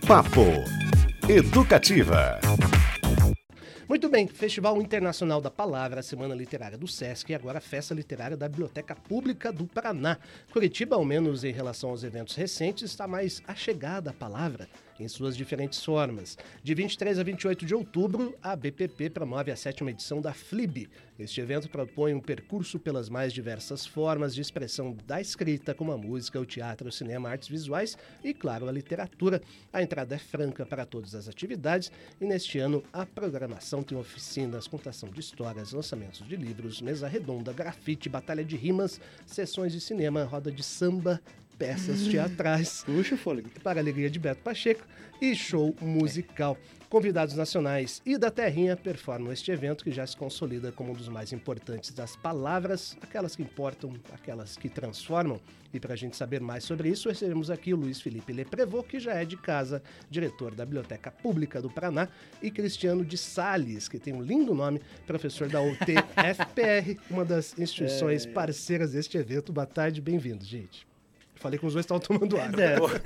Papo Educativa. Muito bem, Festival Internacional da Palavra, Semana Literária do Sesc e agora a Festa Literária da Biblioteca Pública do Paraná. Curitiba, ao menos em relação aos eventos recentes, está mais achegada à palavra em suas diferentes formas. De 23 a 28 de outubro, a BPP promove a 7ª edição da FLIB. Este evento propõe um percurso pelas mais diversas formas de expressão da escrita, como a música, o teatro, o cinema, artes visuais e, claro, a literatura. A entrada é franca para todas as atividades e, neste ano, a programação tem oficinas, contação de histórias, lançamentos de livros, mesa redonda, grafite, batalha de rimas, sessões de cinema, roda de samba, peças teatrais, Puxa o fôlego, para a alegria de Beto Pacheco, e show musical. Convidados nacionais e da terrinha performam este evento que já se consolida como um dos mais importantes das palavras, aquelas que importam, aquelas que transformam. E para a gente saber mais sobre isso, recebemos aqui o Luiz Felipe Leprevot, que já é de casa, diretor da Biblioteca Pública do Paraná, e Cristiano de Sales, que tem um lindo nome, professor da UTFPR, uma das instituições parceiras deste evento. Boa tarde, bem-vindos, gente. Falei com os dois, estavam tomando água.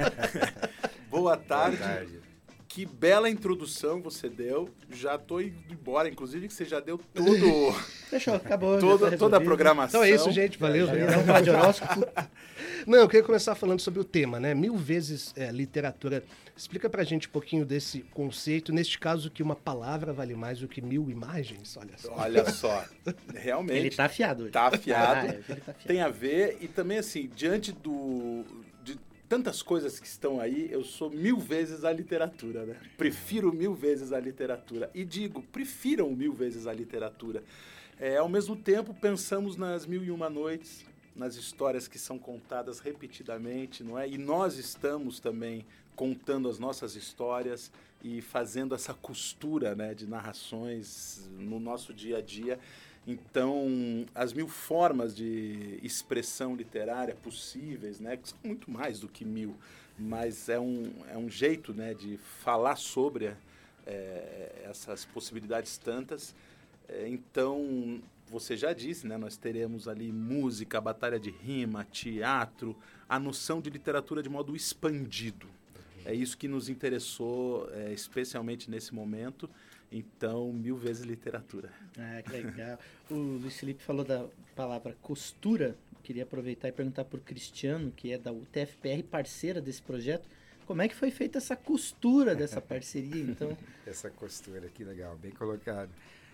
Boa tarde. Que bela introdução você deu. Já estou indo embora, inclusive, que você já deu tudo. Fechou, acabou. Toda a programação. Então é isso, gente. Valeu. Vamos falar de horóscopo. Não, eu queria começar falando sobre o tema, né? 1000 vezes literatura. Explica pra gente um pouquinho desse conceito. Neste caso, que uma palavra vale mais do que 1000 imagens. Olha só. Realmente. Ele tá afiado hoje. Tá afiado. Ele tá afiado. Tem a ver. E também, assim, diante de tantas coisas que estão aí, eu sou 1000 vezes a literatura, né? Prefiro 1000 vezes a literatura. E digo, prefiram 1000 vezes a literatura. Ao mesmo tempo, pensamos nas 1001 noites, nas histórias que são contadas repetidamente, não é? E nós estamos também contando as nossas histórias e fazendo essa costura, né, de narrações no nosso dia a dia. Então, as 1000 formas de expressão literária possíveis, né, que são muito mais do que 1000, mas é um jeito, né, de falar sobre essas possibilidades tantas. Então, você já disse, né, nós teremos ali música, batalha de rima, teatro, a noção de literatura de modo expandido. É isso que nos interessou, especialmente nesse momento. Então, 1000 vezes literatura. Ah, que legal. O Luiz Felipe falou da palavra costura. Queria aproveitar e perguntar para o Cristiano, que é da UTFPR, parceira desse projeto, como é que foi feita essa costura dessa parceria, então? Essa costura, que legal, bem colocado.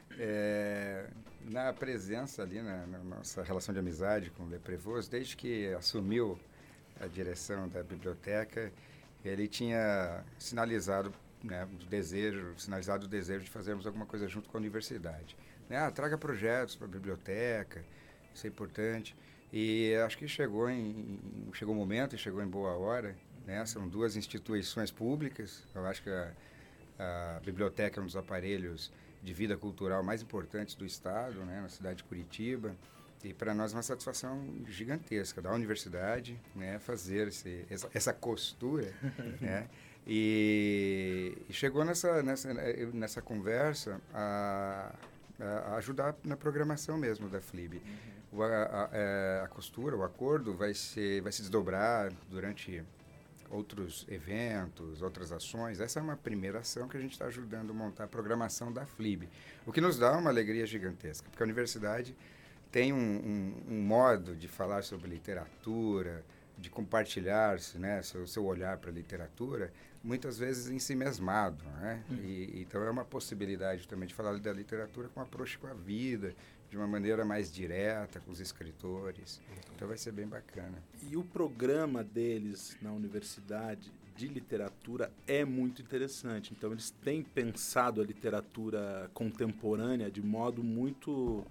Na presença ali, na nossa relação de amizade com o Leprevot, desde que assumiu a direção da biblioteca, ele tinha sinalizado, né, o desejo de fazermos alguma coisa junto com a universidade. Né? Traga projetos para a biblioteca, isso é importante. E acho que chegou o momento e chegou em boa hora. Né? São 2 instituições públicas. Eu acho que a biblioteca é um dos aparelhos de vida cultural mais importantes do estado, né, na cidade de Curitiba. E para nós é uma satisfação gigantesca da universidade, né, fazer essa costura, né, e chegou nessa conversa a ajudar na programação mesmo da FLIB. A costura, o acordo vai se desdobrar durante outros eventos, outras ações. Essa é uma primeira ação que a gente está ajudando a montar a programação da FLIB, o que nos dá uma alegria gigantesca, porque a universidade tem um modo de falar sobre literatura, de compartilhar-se, né, seu olhar para a literatura, muitas vezes em si mesmado, né? Então é uma possibilidade também de falar da literatura com approach com a vida, de uma maneira mais direta, com os escritores. Então vai ser bem bacana. E o programa deles na universidade de literatura é muito interessante. Então eles têm pensado a literatura contemporânea de modo muito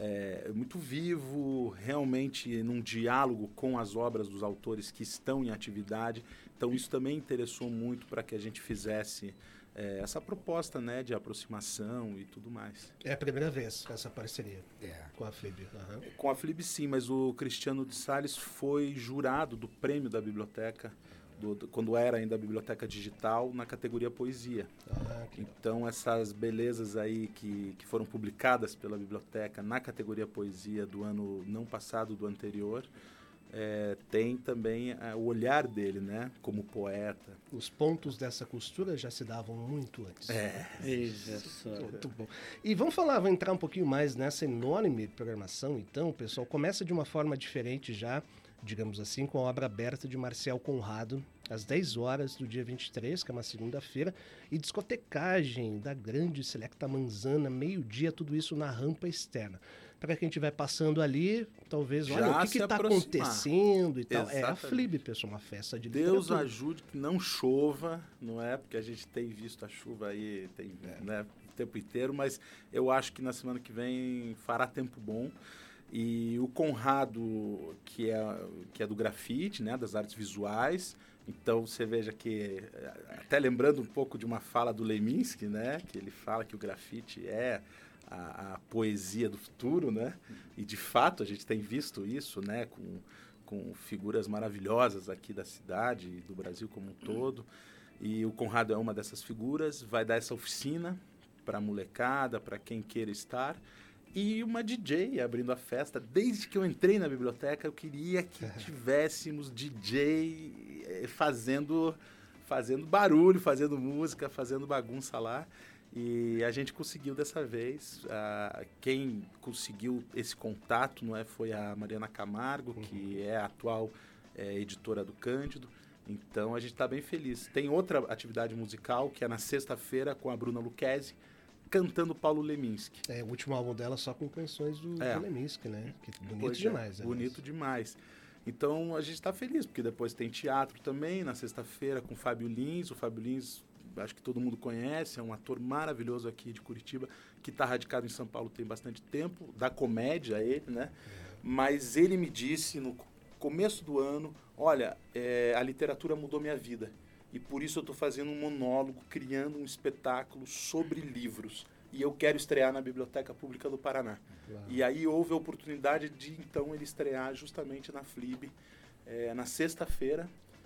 vivo, realmente num diálogo com as obras dos autores que estão em atividade. Então isso também interessou muito para que a gente fizesse essa proposta, né, de aproximação e tudo mais. É a primeira vez essa parceria com a FLIB. Uhum. Com a FLIB, sim, mas o Cristiano de Sales foi jurado do prêmio da biblioteca, quando era ainda a biblioteca digital, na categoria poesia. Então, essas belezas aí que foram publicadas pela biblioteca na categoria poesia do ano não passado, do anterior, tem também o olhar dele, né? Como poeta. Os pontos dessa costura já se davam muito antes. Veja só. Muito bom. E vamos entrar um pouquinho mais nessa enorme programação, então, pessoal. Começa de uma forma diferente já, digamos assim, com a obra aberta de Marcel Conrado, às 10 horas do dia 23, que é uma segunda-feira, e discotecagem da grande Selecta Manzana, meio-dia, tudo isso na rampa externa. Para quem estiver passando ali, talvez, olha, o que está acontecendo e tal. Exatamente. É a FLIB, pessoal, uma festa de literatura. Deus ajude que não chova, não é? Porque a gente tem visto a chuva aí né, o tempo inteiro, mas eu acho que na semana que vem fará tempo bom. E o Conrado, que é do grafite, né, das artes visuais, então você veja que, até lembrando um pouco de uma fala do Leminski, né, que ele fala que o grafite é a poesia do futuro, né? E de fato a gente tem visto isso, né? Com figuras maravilhosas aqui da cidade e do Brasil como um todo. E o Conrado é uma dessas figuras. Vai dar essa oficina para a molecada, para quem queira estar. E uma DJ abrindo a festa. Desde que eu entrei na biblioteca, eu queria que tivéssemos DJ fazendo barulho, fazendo música, fazendo bagunça lá. E a gente conseguiu dessa vez. Quem conseguiu esse contato foi a Mariana Camargo, que é a atual editora do Cândido. Então a gente está bem feliz. Tem outra atividade musical, que é na sexta-feira, com a Bruna Lucchesi, cantando Paulo Leminski. O último álbum dela só com canções do Leminski, né? Que bonito demais. Bonito demais. Então a gente está feliz, porque depois tem teatro também, na sexta-feira, com o Fábio Lins. O Fábio Lins, acho que todo mundo conhece, é um ator maravilhoso aqui de Curitiba, que está radicado em São Paulo tem bastante tempo, da comédia ele, né? Mas ele me disse no começo do ano, olha, a literatura mudou minha vida, e por isso eu estou fazendo um monólogo, criando um espetáculo sobre livros, e eu quero estrear na Biblioteca Pública do Paraná. Claro. E aí houve a oportunidade de, então, ele estrear justamente na FLIB, na sexta-feira.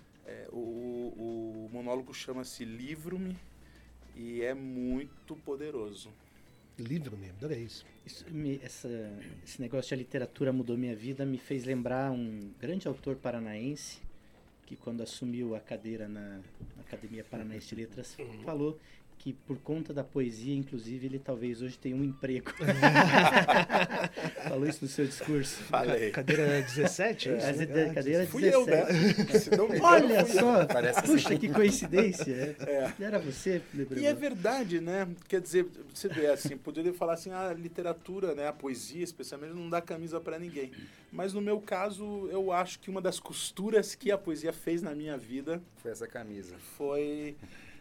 O monólogo chama-se Livro-me e é muito poderoso. Livro-me, adorei isso. Esse negócio de a literatura mudou minha vida me fez lembrar um grande autor paranaense que, quando assumiu a cadeira na Academia Paranaense de Letras, falou que, por conta da poesia, inclusive, ele talvez hoje tenha um emprego. Falou isso no seu discurso. Falei. Cadeira 17? Cadeira 17. Fui eu, né? Olha só! Puxa, que coincidência. Era você, Lebrun. E é verdade, né? Quer dizer, você vê assim, poderia falar assim, a literatura, né, a poesia, especialmente, não dá camisa para ninguém. Mas no meu caso, eu acho que uma das costuras que a poesia fez na minha vida foi essa camisa. Foi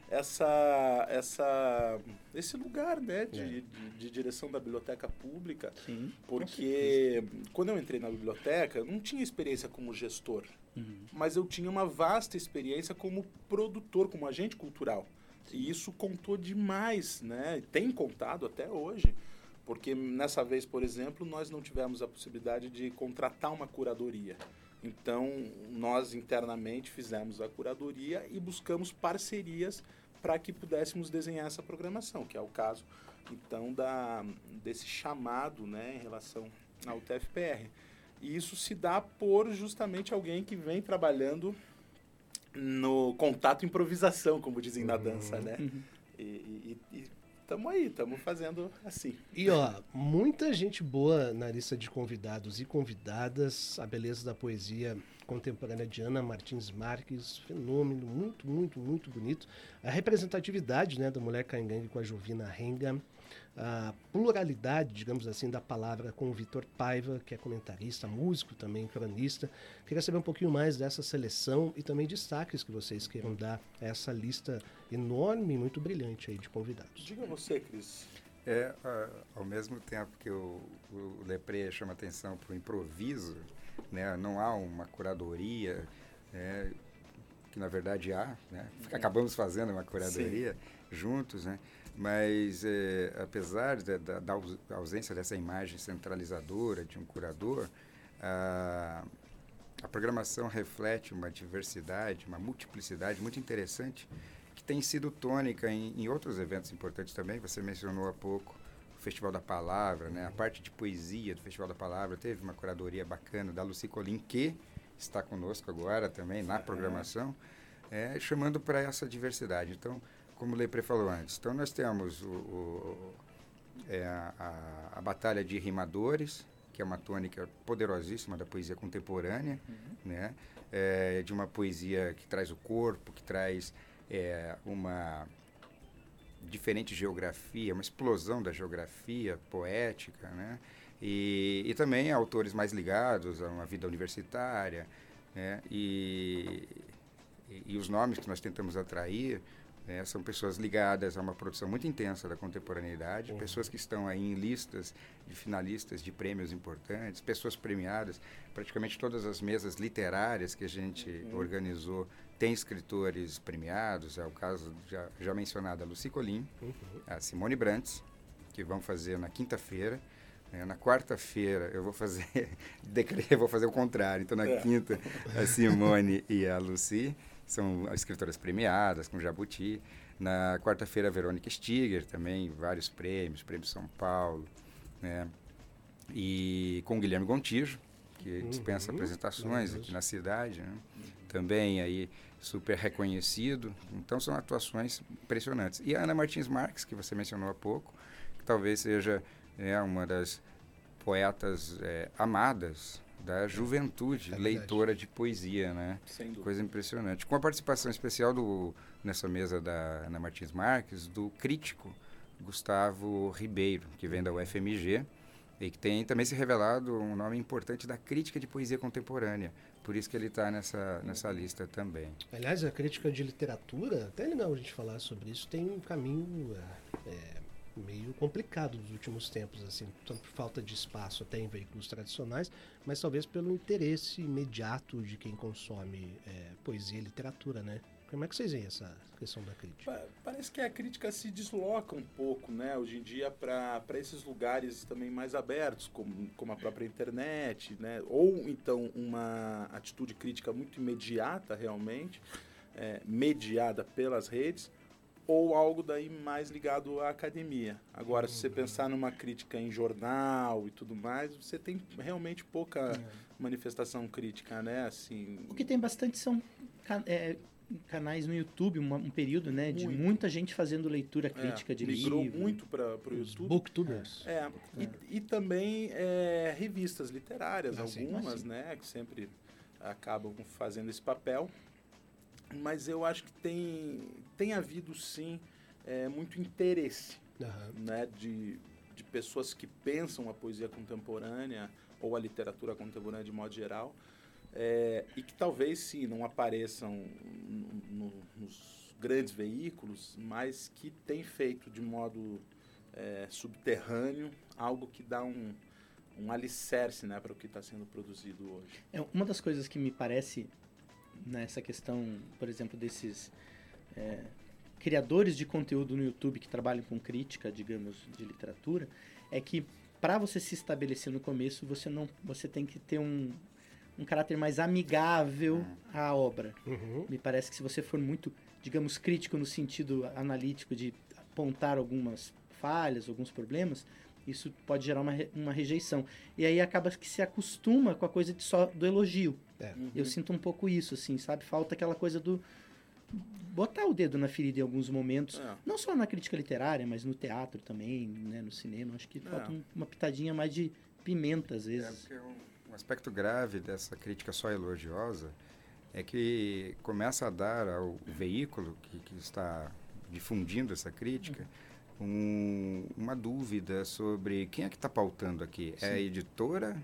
esse lugar, né, de direção da biblioteca pública. Sim, porque quando eu entrei na biblioteca, eu não tinha experiência como gestor, mas eu tinha uma vasta experiência como produtor, como agente cultural. E isso contou demais, né? Tem contado até hoje, porque nessa vez, por exemplo, nós não tivemos a possibilidade de contratar uma curadoria. Então, nós internamente fizemos a curadoria e buscamos parcerias para que pudéssemos desenhar essa programação, que é o caso, então, desse chamado, né, em relação ao TFPR. E isso se dá por justamente alguém que vem trabalhando no contato e improvisação, como dizem na dança, né? E estamos aí, estamos fazendo assim. E muita gente boa na lista de convidados e convidadas. A beleza da poesia contemporânea de Ana Martins Marques, fenômeno, muito, muito, muito bonito. A representatividade, né, da mulher caingangue com a Jovina Renga. A pluralidade, digamos assim, da palavra com o Vitor Paiva, que é comentarista, músico também, cronista. Queria saber um pouquinho mais dessa seleção e também destaques que vocês queiram dar a essa lista enorme e muito brilhante aí de convidados. Diga você, Cris. Ao mesmo tempo que o Lepré chama atenção para o improviso, né, não há uma curadoria, que na verdade há, né? Acabamos fazendo uma curadoria juntos, né? Mas, apesar da ausência dessa imagem centralizadora de um curador, a programação reflete uma diversidade, uma multiplicidade muito interessante, que tem sido tônica em outros eventos importantes também. Você mencionou há pouco o Festival da Palavra, né? A parte de poesia do Festival da Palavra teve uma curadoria bacana da Lucy Colim, que está conosco agora também na programação, chamando para essa diversidade. Então, como o Lepre falou antes, então nós temos a Batalha de Rimadores, que é uma tônica poderosíssima da poesia contemporânea, né? De uma poesia que traz o corpo, que traz uma diferente geografia, uma explosão da geografia poética, né? E também autores mais ligados a uma vida universitária, né? E os nomes que nós tentamos atrair são pessoas ligadas a uma produção muito intensa da contemporaneidade, pessoas que estão aí em listas de finalistas de prêmios importantes, pessoas premiadas. Praticamente todas as mesas literárias que a gente organizou têm escritores premiados. É o caso já mencionada Lucy Colin, a Simone Brantz, que vão fazer na quinta-feira. Na quarta-feira eu vou fazer o contrário. Então, na quinta, a Simone e a Lucy são escritoras premiadas, com Jabuti. Na quarta-feira, a Verônica Stiger, também, vários prêmios, Prêmio São Paulo, né? E com o Guilherme Gontijo, que dispensa apresentações aqui na cidade, né? Também aí super reconhecido. Então, são atuações impressionantes. E a Ana Martins Marques, que você mencionou há pouco, que talvez seja uma das poetas amadas da juventude, leitora de poesia, né? Coisa impressionante. Com a participação especial nessa mesa da Ana Martins Marques, do crítico Gustavo Ribeiro, que vem da UFMG, e que tem também se revelado um nome importante da crítica de poesia contemporânea. Por isso que ele está nessa lista também. Aliás, a crítica de literatura, até é legal a gente falar sobre isso, tem um caminho meio complicado nos últimos tempos, assim, tanto por falta de espaço até em veículos tradicionais, mas talvez pelo interesse imediato de quem consome poesia e literatura, né? Como é que vocês veem essa questão da crítica? Parece que a crítica se desloca um pouco, né, hoje em dia, para esses lugares também mais abertos, como a própria internet, né? Ou então uma atitude crítica muito imediata, realmente, mediada pelas redes, ou algo daí mais ligado à academia. Agora, se você pensar numa crítica em jornal e tudo mais, você tem realmente pouca manifestação crítica, né? Assim, o que tem bastante são canais no YouTube, um período, né, de muita gente fazendo leitura crítica de livro. Migrou muito para o YouTube. Booktubers. E também revistas literárias, algumas, né, que sempre acabam fazendo esse papel. Mas eu acho que tem havido, sim, muito interesse, né, de pessoas que pensam a poesia contemporânea ou a literatura contemporânea de modo geral, e que talvez, sim, não apareçam nos grandes veículos, mas que tem feito de modo subterrâneo algo que dá um alicerce, né, para o que está sendo produzido hoje. Uma das coisas que me parece nessa questão, por exemplo, desses criadores de conteúdo no YouTube que trabalham com crítica, digamos, de literatura, é que para você se estabelecer no começo, você tem que ter um caráter mais amigável à obra. Me parece que se você for muito, digamos, crítico no sentido analítico de apontar algumas falhas, alguns problemas, isso pode gerar uma rejeição. E aí acaba que se acostuma com a coisa só do elogio. Eu sinto um pouco isso, assim, sabe? Falta aquela coisa do botar o dedo na ferida em alguns momentos. Não só na crítica literária, mas no teatro também, né? No cinema. Acho que falta uma pitadinha mais de pimenta, às vezes. Porque um aspecto grave dessa crítica só elogiosa é que começa a dar ao veículo que está difundindo essa crítica uma dúvida sobre quem é que está pautando aqui. É a editora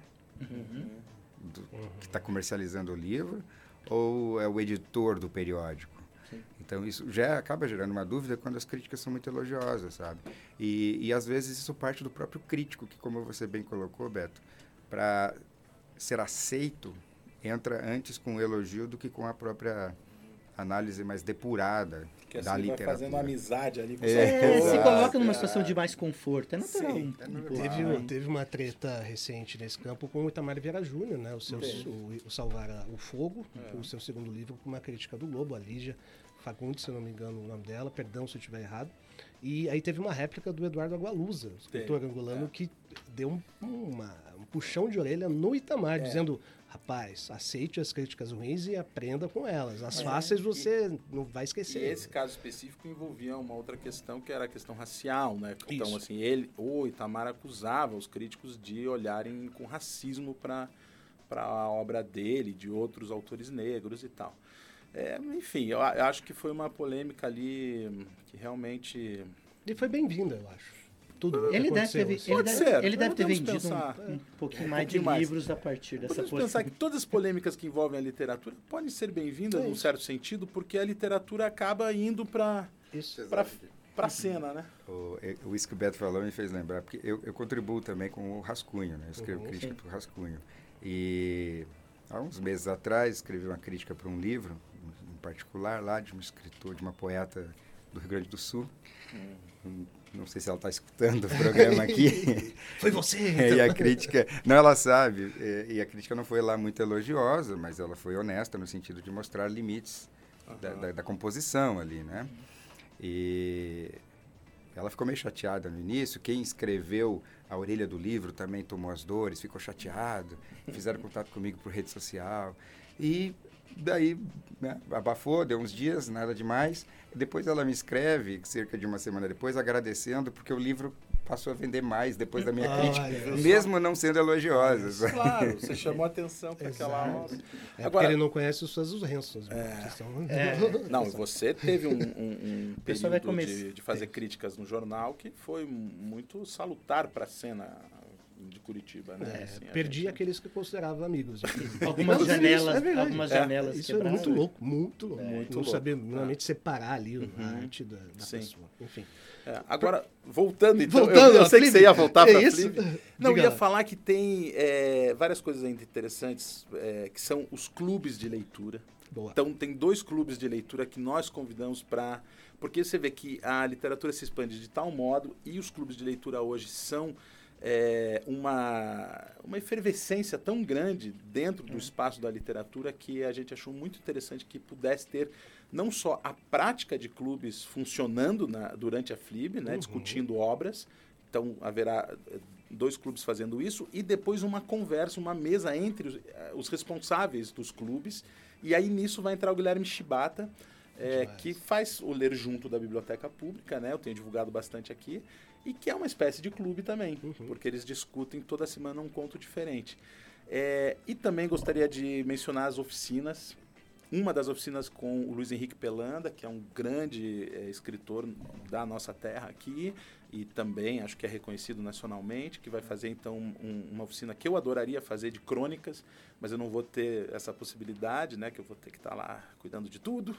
que está comercializando o livro ou é o editor do periódico? Sim. Então, isso já acaba gerando uma dúvida quando as críticas são muito elogiosas, sabe? E às vezes, isso parte do próprio crítico, que, como você bem colocou, Beto, para ser aceito, entra antes com o elogio do que com a própria análise mais depurada que da assim literatura. Vai fazendo amizade ali com se coloca numa situação de mais conforto. É natural. Sim, teve uma treta recente nesse campo com o Itamar Vieira Júnior, né? O Salvar o Fogo, o seu segundo livro, com uma crítica do Globo, a Lígia Fagundes, se eu não me engano o nome dela, perdão se eu estiver errado. E aí teve uma réplica do Eduardo Agualusa, escritor angolano, que deu um puxão de orelha no Itamar, dizendo: rapaz, aceite as críticas ruins e aprenda com elas. As fáceis você não vai esquecer. E esse caso específico envolvia uma outra questão, que era a questão racial, né? Então, Isso. assim, o Itamar acusava os críticos de olharem com racismo para a obra dele, de outros autores negros e tal. Enfim, eu acho que foi uma polêmica ali que realmente... E foi bem-vinda, eu acho. Tudo que Ele aconteceu, deve, assim. ele deve ter Podemos vendido pensar, um pouquinho mais de pouquinho mais. livros a partir dessa Podemos polêmica. pensar que todas as polêmicas que envolvem a literatura podem ser bem-vindas, num certo sentido, porque a literatura acaba indo para Isso. a cena, né? Isso que o Beto falou me fez lembrar, porque eu contribuo também com o Rascunho, né? Eu escrevo crítica para o Rascunho. E há uns meses atrás escrevi uma crítica para um livro, em particular, lá de um escritor, de uma poeta do Rio Grande do Sul. Não sei se ela está escutando o programa aqui. Foi você, E a crítica... Não, ela sabe. E a crítica não foi lá muito elogiosa, mas ela foi honesta no sentido de mostrar limites da composição ali, né? E ela ficou meio chateada no início. Quem escreveu a orelha do livro também tomou as dores, ficou chateado. Fizeram contato comigo por rede social. E daí, né, abafou, deu uns dias, nada demais. Depois ela me escreve, cerca de uma semana depois, agradecendo, porque o livro passou a vender mais depois da minha crítica, mesmo não sendo elogiosa. Claro, você chamou a atenção para aquela obra. Porque Agora, ele não conhece os seus Rensons. não, você teve um pessoal vai período de fazer críticas no jornal que foi muito salutar para a cena de Curitiba, né? Assim, a Perdi gente- aqueles que eu considerava amigos. Algumas Mas janelas, isso é verdade. algumas janelas Isso é quebradas. muito louco, muito louco. Muito não louco. saber minimamente separar ali a arte da Sim. pessoa. Enfim. Agora, voltando, então, Voltando, eu a sei que Flip. você ia voltar É para a isso? Flip. Não, eu Diga ia lá. falar que tem várias coisas ainda interessantes, que são os clubes de leitura. Boa. Então, tem 2 clubes de leitura que nós convidamos para... Porque você vê que a literatura se expande de tal modo e os clubes de leitura hoje são uma efervescência tão grande dentro do espaço da literatura que a gente achou muito interessante que pudesse ter não só a prática de clubes funcionando durante a FLIB, né, discutindo obras. Então, haverá 2 clubes fazendo isso e depois uma conversa, uma mesa entre os responsáveis dos clubes. E aí, nisso, vai entrar o Guilherme Shibata, que faz o Ler Junto da Biblioteca Pública, né? Eu tenho divulgado bastante aqui. E que é uma espécie de clube também, porque eles discutem toda semana um conto diferente. E também gostaria de mencionar as oficinas. Uma das oficinas com o Luiz Henrique Pelanda, que é um grande escritor da nossa terra aqui, e também acho que é reconhecido nacionalmente, que vai fazer então uma oficina que eu adoraria fazer de crônicas, mas eu não vou ter essa possibilidade, né, que eu vou ter que estar lá cuidando de tudo.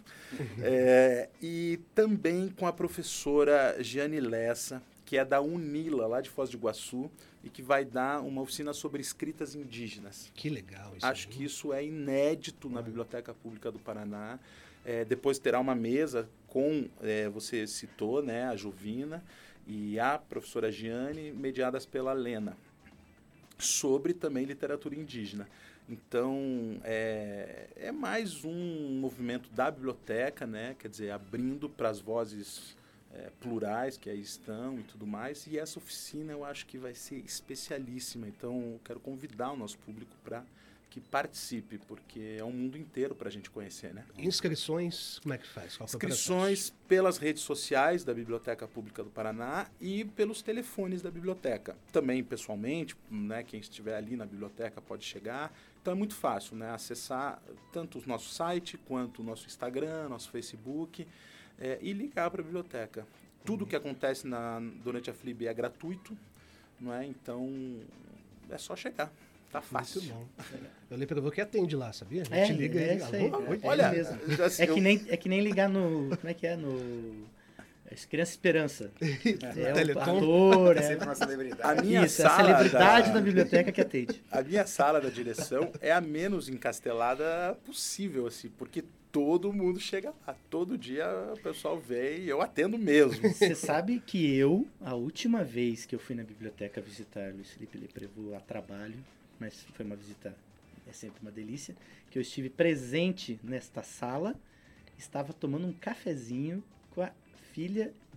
E também com a professora Giane Lessa, que é da Unila, lá de Foz do Iguaçu, e que vai dar uma oficina sobre escritas indígenas. Que legal isso. Acho que isso é inédito na Biblioteca Pública do Paraná. Depois terá uma mesa com, você citou, né, a Juvina e a professora Giane, mediadas pela Lena, sobre também literatura indígena. Então, é mais um movimento da biblioteca, né, quer dizer, abrindo para as vozes plurais que aí estão e tudo mais. E essa oficina eu acho que vai ser especialíssima. Então, eu quero convidar o nosso público para que participe, porque é um mundo inteiro para a gente conhecer, né? Inscrições, como é que faz? Qual que é o Inscrições pelas redes sociais da Biblioteca Pública do Paraná e pelos telefones da biblioteca. Também pessoalmente, né, quem estiver ali na biblioteca pode chegar. Então é muito fácil, né, acessar tanto o nosso site quanto o nosso Instagram, nosso Facebook, e ligar para a biblioteca. Tudo que acontece durante a FLIB é gratuito, não é? Então é só chegar. Tá fácil. Muito bom. Eu li para você que atende lá, sabia? A É, gente liga é e isso aí. alô, oi? Olha, mesmo. assim, É que nem ligar no... Como é que é? No... Criança Esperança. É o Teleton. ator, É sempre uma celebridade. a minha Isso, é a sala celebridade da biblioteca que atende. A minha sala da direção é a menos encastelada possível, assim, porque todo mundo chega lá. Todo dia o pessoal vem e eu atendo mesmo. Você sabe que a última vez que eu fui na biblioteca visitar Luiz Felipe Leprevaux a trabalho, mas foi uma visita, é sempre uma delícia, que eu estive presente nesta sala, estava tomando um cafezinho com a filha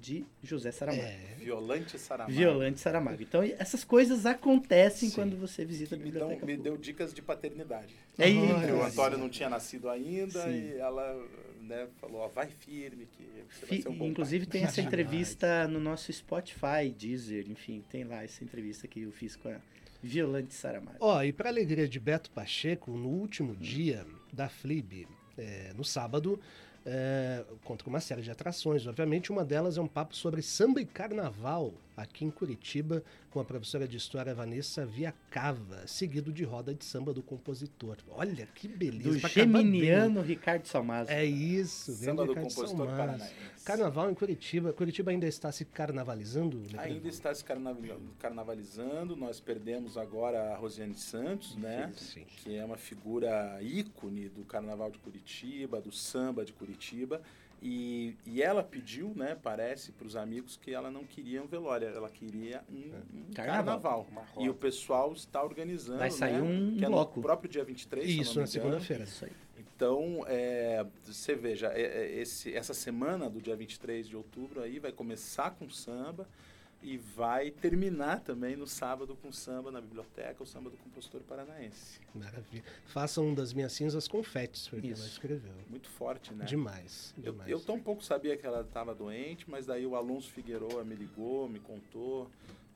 de José Saramago. Violante Saramago. Violante Saramago. Então, essas coisas acontecem quando você visita a Me biblioteca. me deu dicas de paternidade. É Porque isso. o Antônio não tinha nascido ainda Sim. e ela, né, falou, ó, vai firme que você vai ser um bom Inclusive pai. tem essa entrevista no nosso Spotify, Deezer, enfim, tem lá essa entrevista que eu fiz com a Violante Saramago. Ó, e para alegria de Beto Pacheco, no último dia da FLIB, no sábado, conta com uma série de atrações. Obviamente, uma delas é um papo sobre samba e carnaval aqui em Curitiba, com a professora de História Vanessa Viacava, seguido de roda de samba do compositor. Olha que beleza. Do pra acabar geminiano Ricardo Salmazo. bem. É isso. Samba grande do Ricardo compositor Salmazo. paranaense. Carnaval em Curitiba. Curitiba ainda está se carnavalizando? Ainda está se carnavalizando. Nós perdemos agora a Rosiane Santos, né? Sim. Que é uma figura ícone do Carnaval de Curitiba, do samba de Curitiba. E ela pediu, né, parece, para os amigos que ela não queria um velório, ela queria um carnaval. E o pessoal está organizando, Vai sair né, um que é bloco. no próprio dia 23, Isso, se eu na não me engano. segunda-feira. Isso aí. Então, você veja, essa semana do dia 23 de outubro aí vai começar com samba e vai terminar também no sábado com samba na biblioteca, o samba do compositor paranaense. Maravilha. Façam das minhas cinzas confetes, foi o que ela Isso. escreveu. Muito forte, né? Demais. Demais. Eu tão pouco sabia que ela estava doente, mas daí o Alonso Figueroa me ligou, me contou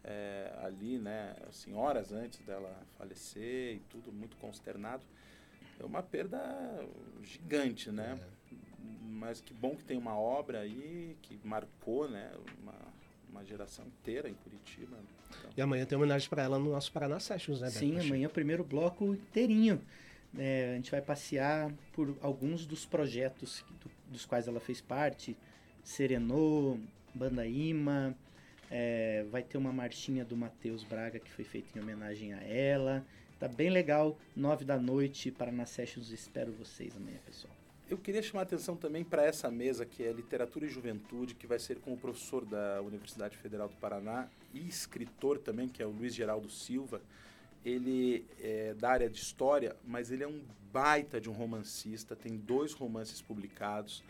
ali, né, assim, horas antes dela falecer e tudo, muito consternado. É uma perda gigante, né? Mas que bom que tem uma obra aí que marcou, né, uma geração inteira em Curitiba. Então, E amanhã tem homenagem para ela no nosso Paraná Sessions, né, Beto Sim, Pacheco? amanhã é o primeiro bloco inteirinho. A gente vai passear por alguns dos projetos dos quais ela fez parte. Serenô, Bandaíma, vai ter uma marchinha do Matheus Braga que foi feita em homenagem a ela. Tá bem legal, 21h, Paraná Sessions, espero vocês amanhã, pessoal. eu queria chamar a atenção também para essa mesa que é Literatura e Juventude, que vai ser com o professor da Universidade Federal do Paraná e escritor também, que é o Luiz Geraldo Silva. Ele é da área de história, mas ele é um baita de um romancista, tem 2 romances publicados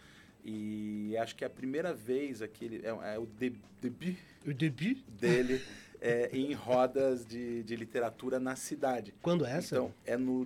e acho que é a primeira vez aqui, é o debut dele em rodas de literatura na cidade. Quando é essa? Então,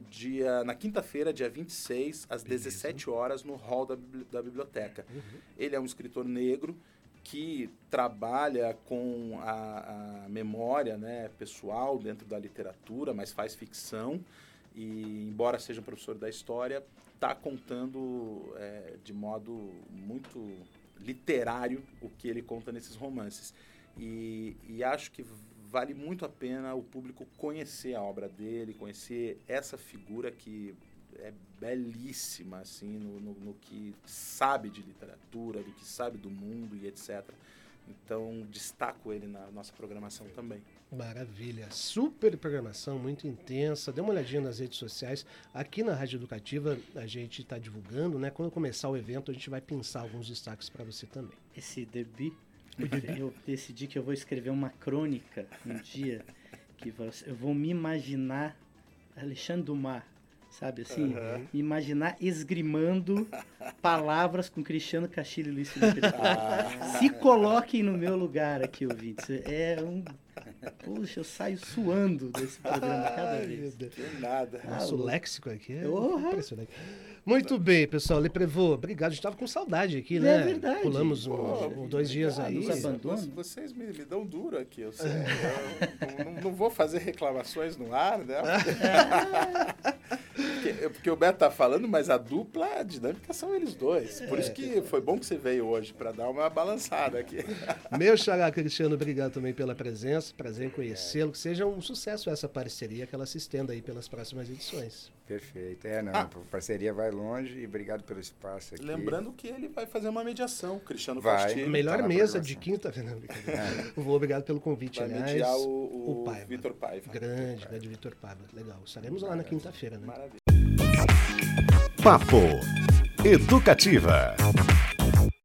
na quinta-feira, dia 26, às 17 horas, no hall da biblioteca. Ele é um escritor negro que trabalha com a memória, né, pessoal dentro da literatura, mas faz ficção e, embora seja um professor da história, está contando de modo muito literário o que ele conta nesses romances. E acho que vale muito a pena o público conhecer a obra dele, conhecer essa figura que é belíssima, assim, no que sabe de literatura, do que sabe do mundo e etc. Então, destaco ele na nossa programação também. Maravilha. Super programação, muito intensa. Dê uma olhadinha nas redes sociais. Aqui na Rádio Educativa a gente está divulgando, né? Quando começar o evento a gente vai pensar alguns destaques para você também. Esse debut, eu decidi que eu vou escrever uma crônica um dia, que eu vou me imaginar Alexandre Dumas, sabe assim? Me imaginar esgrimando palavras com Cristiano Castilho e Luiz Felipe. Se coloquem no meu lugar aqui, ouvintes. Puxa, eu saio suando desse programa cada vez. Que nada. Nosso léxico aqui é Uhum. impressionante. Muito bem, pessoal. Leprevô, obrigado. A gente estava com saudade aqui, né? É verdade. Pulamos Pô, 2 dias aí. nos abandono. Vocês me dão duro aqui, eu sei. Eu não vou fazer reclamações no ar, né? Porque o Beto tá falando, mas a dupla dinâmica são eles dois. Por isso que foi bom que você veio hoje, para dar uma balançada aqui. Meu xará Cristiano, obrigado também pela presença. Prazer em conhecê-lo. Que seja um sucesso essa parceria, que ela se estenda aí pelas próximas edições. Perfeito. A parceria vai longe e obrigado pelo espaço aqui. Lembrando que ele vai fazer uma mediação, Cristiano Vai. Castilho. Melhor Tá na mesa programação. de quinta-feira. Vou obrigado pelo convite, Vai aliás. mediar o Paiva. Vitor Paiva. Grande Vitor Paiva. Legal. Estaremos lá na quinta-feira, né? Maravilha. Papo Educativa.